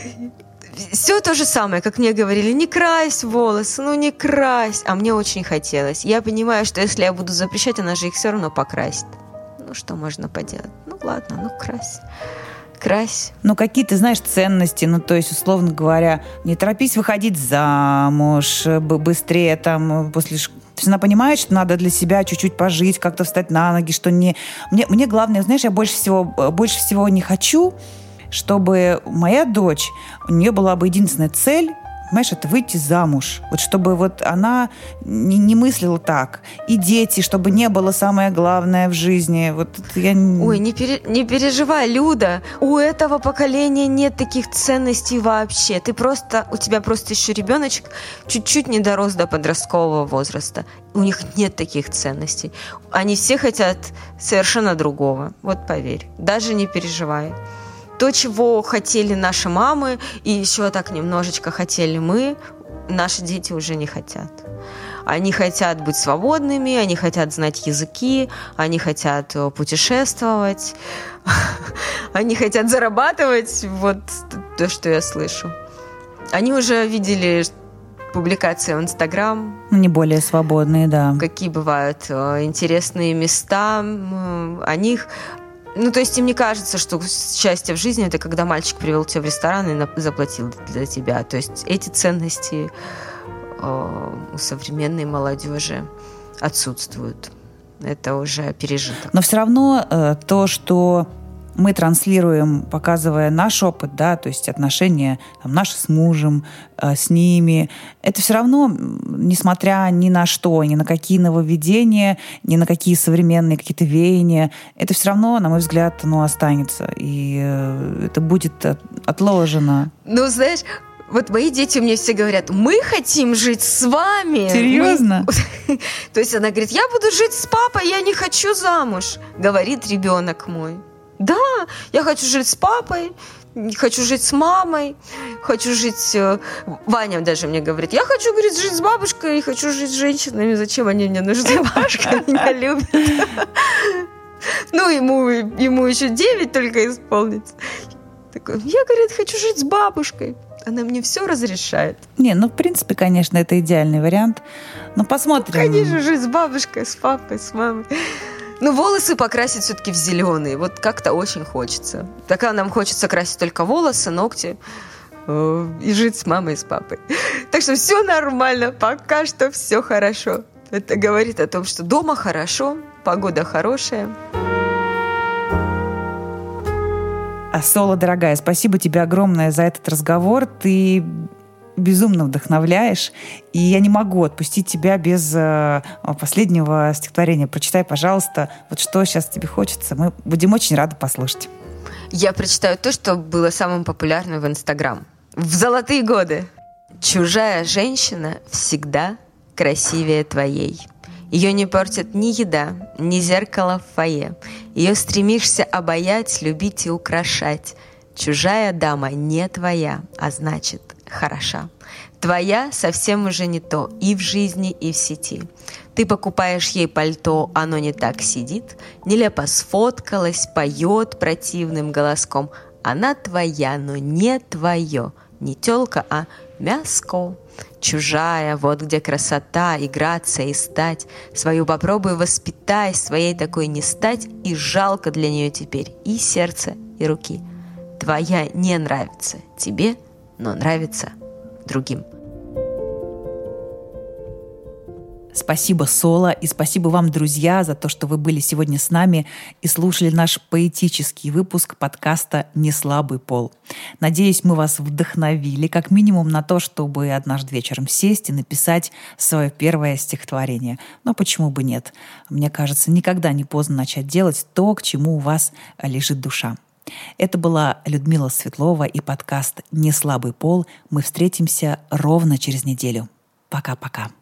все то же самое, как мне говорили, не крась волосы, ну не крась. А мне очень хотелось. Я понимаю, что если я буду запрещать, она же их все равно покрасит. Ну что можно поделать? Ну ладно, ну крась. Крась. Ну, какие ты знаешь ценности, ну, то есть, условно говоря, не торопись выходить замуж, быстрее там после школы. То есть она понимает, что надо для себя чуть-чуть пожить, как-то встать на ноги, что не... Мне, мне главное, знаешь, я больше всего, больше всего не хочу, чтобы моя дочь, у нее была бы единственная цель, понимаешь, это выйти замуж. Вот чтобы вот она не, не мыслила так. И дети, чтобы не было самое главное в жизни. Вот я... Ой, не, пере, не переживай, Люда. У этого поколения нет таких ценностей вообще. Ты просто, у тебя просто еще ребеночек чуть-чуть не дорос до подросткового возраста. У них нет таких ценностей. Они все хотят совершенно другого. Вот поверь. Даже не переживай. То, чего хотели наши мамы, и еще так немножечко хотели мы, наши дети уже не хотят. Они хотят быть свободными, они хотят знать языки, они хотят путешествовать, они хотят зарабатывать. Вот то, что я слышу. Они уже видели публикации в Инстаграм. Не более свободные, да. Какие бывают интересные места. О них... Ну, то есть им не кажется, что счастье в жизни – это когда мальчик привел тебя в ресторан и заплатил для тебя. То есть эти ценности э, у современной молодежи отсутствуют. Это уже пережиток. Но все равно э, то, что мы транслируем, показывая наш опыт, да, то есть отношения там, наши с мужем, э, с ними, это все равно, несмотря ни на что, ни на какие нововведения, ни на какие современные какие-то веяния, это все равно, на мой взгляд, оно останется. И э, это будет отложено. Ну, знаешь, вот мои дети мне все говорят, мы хотим жить с вами. Серьезно? Мы... То есть она говорит, я буду жить с папой, я не хочу замуж, говорит ребенок мой. Да, я хочу жить с папой, хочу жить с мамой, хочу жить... Ваня даже мне говорит, я хочу, говорит, жить с бабушкой, хочу жить с женщинами, зачем они мне нужны, бабушка меня любит. Ну, ему, ему еще девять только исполнится. Такой, я, говорит, хочу жить с бабушкой. Она мне все разрешает. Не, ну, в принципе, конечно, это идеальный вариант. Но посмотрим. Конечно же, с бабушкой, с папой, с мамой. Ну, волосы покрасить все-таки в зеленый. Вот как-то очень хочется. Пока нам хочется красить только волосы, ногти и жить с мамой и с папой. Так что все нормально, пока что все хорошо. Это говорит о том, что дома хорошо, погода хорошая. А Сола, дорогая, спасибо тебе огромное за этот разговор. Ты безумно вдохновляешь, и я не могу отпустить тебя без э, последнего стихотворения. Прочитай, пожалуйста, вот что сейчас тебе хочется. Мы будем очень рады послушать. Я прочитаю то, что было самым популярным в Инстаграм. В золотые годы. Чужая женщина всегда красивее твоей. Ее не портит ни еда, ни зеркало в фойе. Ее стремишься обаять, любить и украшать. Чужая дама не твоя, а значит, хороша. Твоя совсем уже не то и в жизни, и в сети. Ты покупаешь ей пальто, оно не так сидит, нелепо сфоткалась, поет противным голоском. Она твоя, но не твое, не тёлка, а мяско. Чужая, вот где красота и грация и стать. Свою попробуй воспитай, своей такой не стать, и жалко для нее теперь и сердце, и руки. Твоя не нравится тебе, но нравится другим. Спасибо, Сола, и спасибо вам, друзья, за то, что вы были сегодня с нами и слушали наш поэтический выпуск подкаста «Неслабый пол». Надеюсь, мы вас вдохновили, как минимум, на то, чтобы однажды вечером сесть и написать свое первое стихотворение. Но почему бы нет? Мне кажется, никогда не поздно начать делать то, к чему у вас лежит душа. Это была Людмила Светлова и подкаст «Неслабый пол». Мы встретимся ровно через неделю. Пока-пока.